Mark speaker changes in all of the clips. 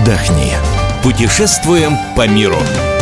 Speaker 1: отдохни. Путешествуем по миру.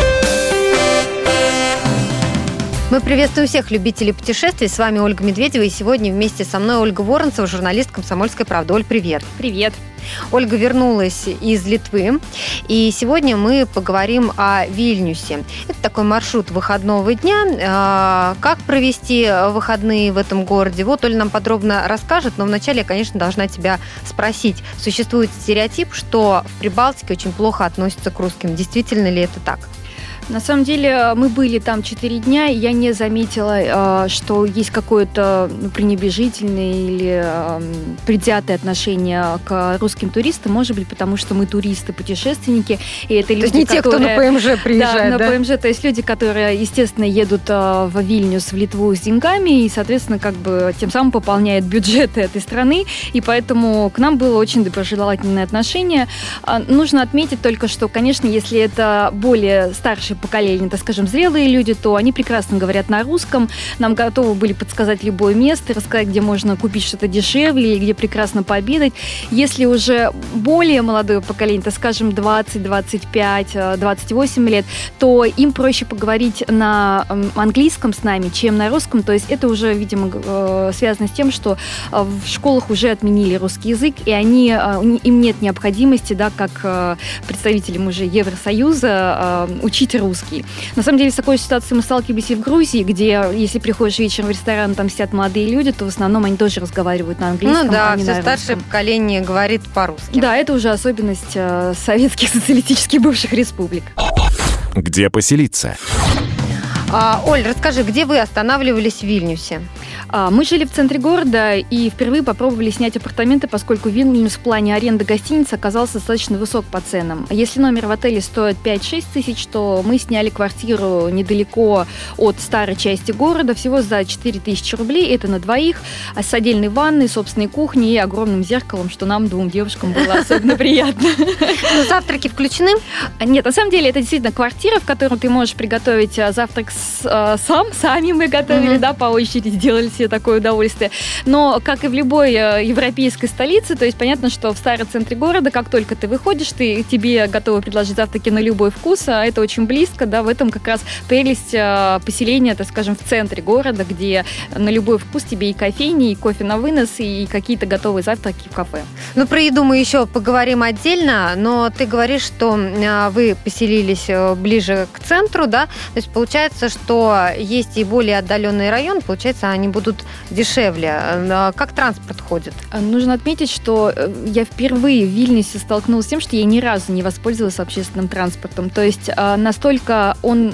Speaker 2: Мы приветствуем всех любителей путешествий. С вами Ольга Медведева. И сегодня вместе со мной Ольга Воронцева, журналист «Комсомольской правды». Оль, привет.
Speaker 3: Привет.
Speaker 2: Ольга вернулась из Литвы. И сегодня мы поговорим о Вильнюсе. Это такой маршрут выходного дня. Как провести выходные в этом городе? Вот Оля нам подробно расскажет. Но вначале я, конечно, должна тебя спросить. Существует стереотип, что в Прибалтике очень плохо относятся к русским. Действительно ли это так?
Speaker 3: На самом деле мы были там 4 дня, и я не заметила, что есть какое-то пренебрежительное или предвзятое отношение к русским туристам. Может быть, потому что мы туристы, путешественники, и это люди,
Speaker 2: то есть не те, кто на ПМЖ приезжает,
Speaker 3: да? На ПМЖ, то есть люди, которые, естественно, едут в Вильнюс, в Литву с деньгами, и, соответственно, как бы тем самым пополняют бюджеты этой страны, и поэтому к нам было очень доброжелательное отношение. Нужно отметить только, что, конечно, если это более старшие поколение, так скажем, зрелые люди, то они прекрасно говорят на русском, нам готовы были подсказать любое место, рассказать, где можно купить что-то дешевле, или где прекрасно пообедать. Если уже более молодое поколение, так скажем, 20, 25, 28 лет, то им проще поговорить на английском с нами, чем на русском, то есть это уже, видимо, связано с тем, что в школах уже отменили русский язык, и им нет необходимости, да, как представителям уже Евросоюза, учить русский. На самом деле, с такой ситуацией мы сталкивались и в Грузии, где, если приходишь вечером в ресторан, там сидят молодые люди, то в основном они тоже разговаривают на английском,
Speaker 2: а не на
Speaker 3: русском.
Speaker 2: Все старшее поколение говорит по-русски.
Speaker 3: Да, это уже особенность советских социалистических бывших республик.
Speaker 1: Где поселиться?
Speaker 2: Оль, расскажи, где вы останавливались в Вильнюсе?
Speaker 3: Мы жили в центре города и впервые попробовали снять апартаменты, поскольку Вильнюс в плане аренды гостиницы оказался достаточно высок по ценам. Если номер в отеле стоит 5-6 тысяч, то мы сняли квартиру недалеко от старой части города, всего за 4 тысячи рублей. Это на двоих, с отдельной ванной, собственной кухней и огромным зеркалом, что нам, двум девушкам, было особенно приятно.
Speaker 2: Ну, завтраки включены?
Speaker 3: Нет, на самом деле это действительно квартира, в которой ты можешь приготовить завтрак сами мы готовили, да, по очереди, делали себе такое удовольствие. Но, как и в любой европейской столице, то есть понятно, что в старом центре города, как только ты выходишь, тебе готовы предложить завтраки на любой вкус, а это очень близко, да, в этом как раз прелесть поселения, так скажем, в центре города, где на любой вкус тебе и кофейни, и кофе на вынос, и какие-то готовые завтраки в кафе.
Speaker 2: Ну, про еду мы еще поговорим отдельно, но ты говоришь, что вы поселились ближе к центру, да, то есть получается, что есть и более отдаленные районы, получается, они будут дешевле. Как транспорт ходит?
Speaker 3: Нужно отметить, что я впервые в Вильнюсе столкнулась с тем, что я ни разу не воспользовалась общественным транспортом. То есть настолько он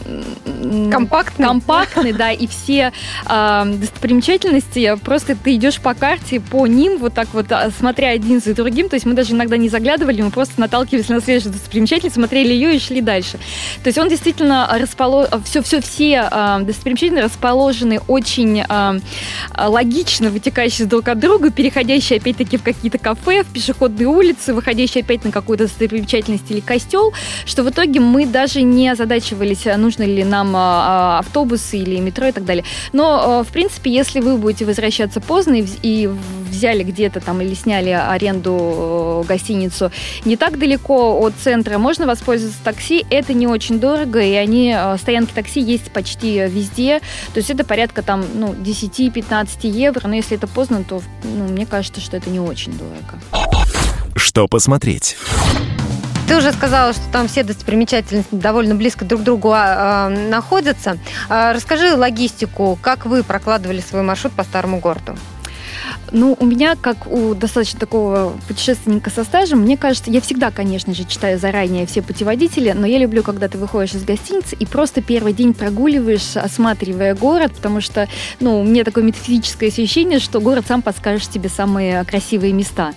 Speaker 3: компактный, да, и все достопримечательности, просто ты идешь по карте, по ним, вот так вот, смотря один за другим, то есть мы даже иногда не заглядывали, мы просто наталкивались на следующую достопримечательность, смотрели ее и шли дальше. То есть он действительно все достопримечательности расположены очень логично вытекающие друг от друга, переходящие опять-таки в какие-то кафе, в пешеходные улицы, выходящие опять на какую-то достопримечательность или костел, что в итоге мы даже не озадачивались, нужно ли нам автобусы или метро и так далее. Но, в принципе, если вы будете возвращаться поздно и взяли где-то там или сняли аренду гостиницу не так далеко от центра, можно воспользоваться такси. Это не очень дорого, и стоянки такси есть почти везде. То есть это порядка там, 10-15 евро, но если это поздно, то мне кажется, что это не очень дорого.
Speaker 1: Что посмотреть?
Speaker 2: Ты уже сказала, что там все достопримечательности довольно близко друг к другу находятся. Расскажи логистику, как вы прокладывали свой маршрут по старому городу?
Speaker 3: У меня, как у достаточно такого путешественника со стажем, мне кажется, я всегда, конечно же, читаю заранее все путеводители, но я люблю, когда ты выходишь из гостиницы и просто первый день прогуливаешь, осматривая город, потому что, у меня такое метафизическое ощущение, что город сам подскажет тебе самые красивые места.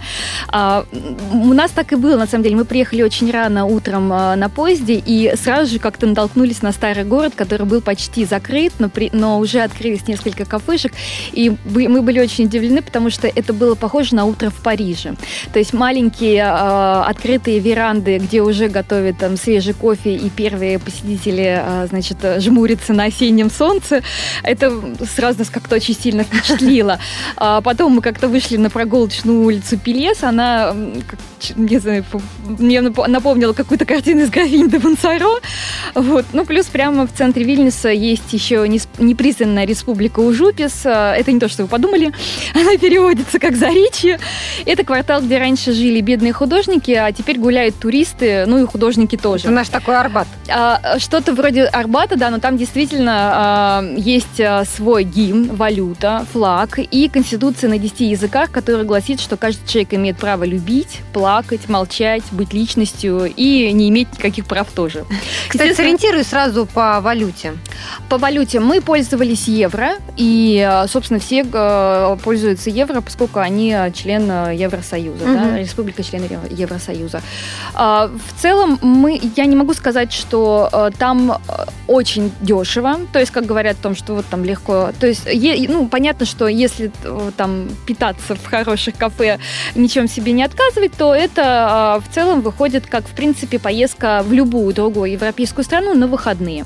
Speaker 3: У нас так и было, на самом деле. Мы приехали очень рано утром на поезде и сразу же как-то натолкнулись на старый город, который был почти закрыт, но уже открылись несколько кафешек, и мы были очень удивлены, потому потому что это было похоже на утро в Париже. То есть маленькие открытые веранды, где уже готовят там свежий кофе, и первые посетители, значит, жмурятся на осеннем солнце. Это сразу нас как-то очень сильно впечатлило. Потом мы как-то вышли на прогулочную улицу Пелес. Она, не знаю, мне напомнила какую-то картину из графини де Монсоро. Вот. Ну, плюс прямо в центре Вильнюса есть еще непризнанная республика Ужупис. Это не то, что вы подумали. Она переводится как «Заречье». Это квартал, где раньше жили бедные художники, а теперь гуляют туристы, ну и художники тоже.
Speaker 2: Это наш такой Арбат.
Speaker 3: Что-то вроде Арбата, да, но там действительно есть свой гимн, валюта, флаг и конституция на 10 языках, которая гласит, что каждый человек имеет право любить, плакать, молчать, быть личностью и не иметь никаких прав тоже.
Speaker 2: Кстати, сориентируй сразу по валюте.
Speaker 3: По валюте мы пользовались евро, и, собственно, все пользуются евро, поскольку они член Евросоюза, да, республика член Евросоюза. В целом, я не могу сказать, что там очень дешево, то есть, как говорят о том, что вот там легко, то есть, понятно, что если там питаться в хороших кафе, ничем себе не отказывать, то это в целом выходит как, в принципе, поездка в любую другую европейскую страну на выходные.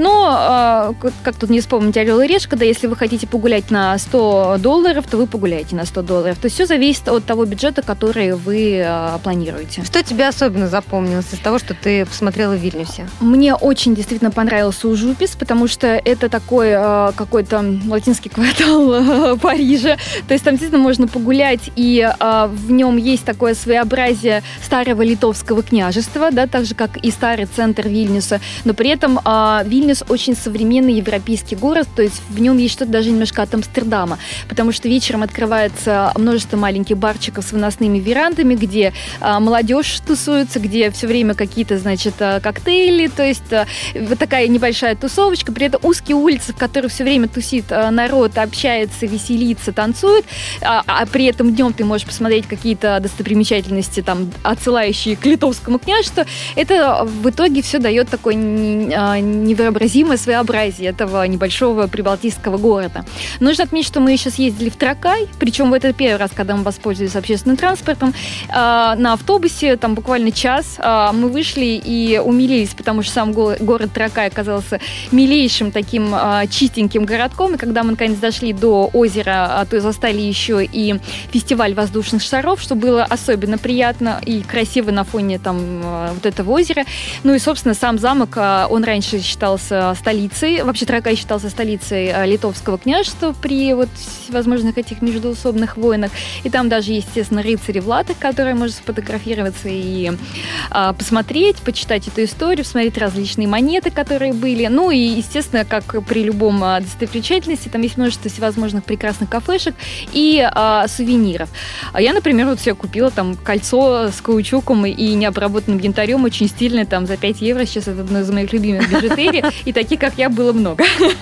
Speaker 3: Но, как тут не вспомнить «Орел и решка», да, если вы хотите погулять на $100, то вы погуляете на $100. То есть все зависит от того бюджета, который вы планируете.
Speaker 2: Что тебе особенно запомнилось из того, что ты посмотрела в Вильнюсе?
Speaker 3: Мне очень действительно понравился Ужупис, потому что это такой какой-то латинский квартал Парижа. То есть там действительно можно погулять, и в нем есть такое своеобразие старого литовского княжества, да, так же, как и старый центр Вильнюса. Но при этом Вильнюс очень современный европейский город, то есть в нем есть что-то даже немножко от Амстердама, потому что вечером открывается множество маленьких барчиков с выносными верандами, где молодежь тусуется, где все время какие-то, значит, коктейли, то есть вот такая небольшая тусовочка, при этом узкие улицы, в которых все время тусит народ, общается, веселится, танцует, а при этом днем ты можешь посмотреть какие-то достопримечательности, там, отсылающие к литовскому княжеству. Это в итоге все дает такое невообразимое своеобразие этого небольшого прибалтийского города. Нужно отметить, что мы еще съездили в Тракай, причем это первый раз, когда мы воспользовались общественным транспортом, на автобусе, там буквально час, мы вышли и умилились, потому что сам город Тракай оказался милейшим таким чистеньким городком, и когда мы наконец дошли до озера, то застали еще и фестиваль воздушных шаров, что было особенно приятно и красиво на фоне там вот этого озера. Ну и, собственно, сам замок, он раньше считался столицей, вообще Тракай считался столицей литовского княжества при вот всевозможных этих междоусобных войнах. И там даже, естественно, рыцари в латах, которые можно сфотографироваться и посмотреть, почитать эту историю, посмотреть различные монеты, которые были. Ну и, естественно, как при любом достопримечательности, там есть множество всевозможных прекрасных кафешек и сувениров. Я, например, вот себе купила там кольцо с каучуком и необработанным янтарем, очень стильное, там за 5 евро. Сейчас это одно из моих любимых бижутерий. И таких, как я, было много.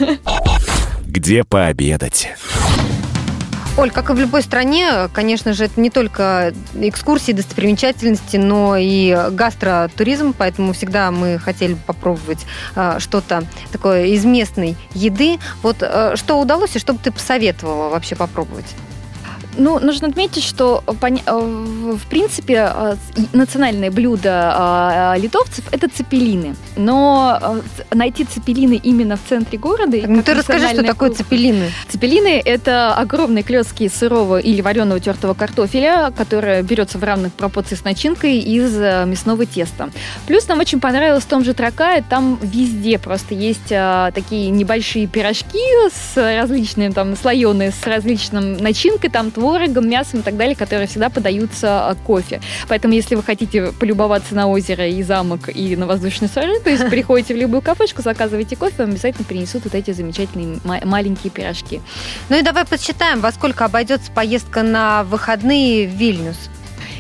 Speaker 1: Где пообедать?
Speaker 2: Оль, как и в любой стране, конечно же, это не только экскурсии, достопримечательности, но и гастротуризм, поэтому всегда мы хотели бы попробовать что-то такое из местной еды. Вот что удалось и что бы ты посоветовала вообще попробовать?
Speaker 3: Ну, нужно отметить, что, в принципе, национальное блюдо литовцев – это цепелины. Но найти цепелины именно в центре города…
Speaker 2: Ну, ты расскажи, что такое цепелины.
Speaker 3: Цепелины – это огромные клетки сырого или вареного тертого картофеля, который берется в равных пропорциях с начинкой из мясного теста. Плюс нам очень понравилось в том же Тракае, там везде просто есть такие небольшие пирожки с различными, там, слоеные, с различной начинкой, там, творогом, мясом и так далее, которые всегда подаются кофе. Поэтому, если вы хотите полюбоваться на озеро и замок, и на воздушные шары, то есть приходите в любую кафешку, заказываете кофе, вам обязательно принесут вот эти замечательные маленькие пирожки.
Speaker 2: Ну и давай подсчитаем, во сколько обойдется поездка на выходные в Вильнюс.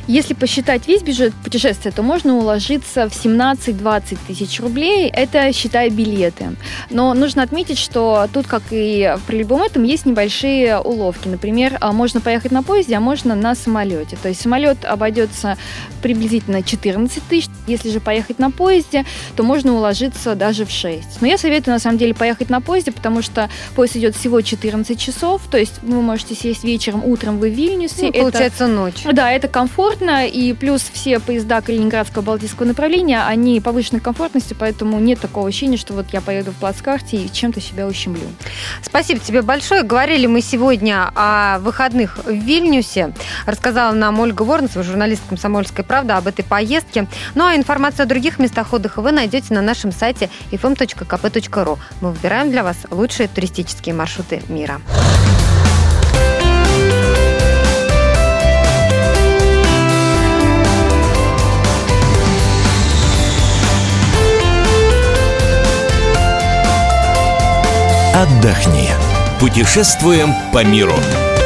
Speaker 3: Если посчитать весь бюджет путешествия, то можно уложиться в 17-20 тысяч рублей. Это считая билеты. Но нужно отметить, что тут, как и при любом этом, есть небольшие уловки. Например, можно поехать на поезде, а можно на самолете. То есть самолет обойдется приблизительно 14 тысяч. Если же поехать на поезде, то можно уложиться даже в 6. Но я советую, на самом деле, поехать на поезде, потому что поезд идет всего 14 часов. То есть вы можете сесть вечером, утром вы в Вильнюсе.
Speaker 2: Получается ночь.
Speaker 3: Да, это комфортно. И плюс все поезда Калининградского Балтийского направления, они повышенной комфортности, поэтому нет такого ощущения, что вот я поеду в плацкарте и чем-то себя ущемлю.
Speaker 2: Спасибо тебе большое. Говорили мы сегодня о выходных в Вильнюсе. Рассказала нам Ольга Воронцева, журналист «Комсомольской правды», об этой поездке. Ну а информацию о других местах отдыха вы найдете на нашем сайте fm.kp.ru. Мы выбираем для вас лучшие туристические маршруты мира.
Speaker 1: Отдохни. Путешествуем по миру.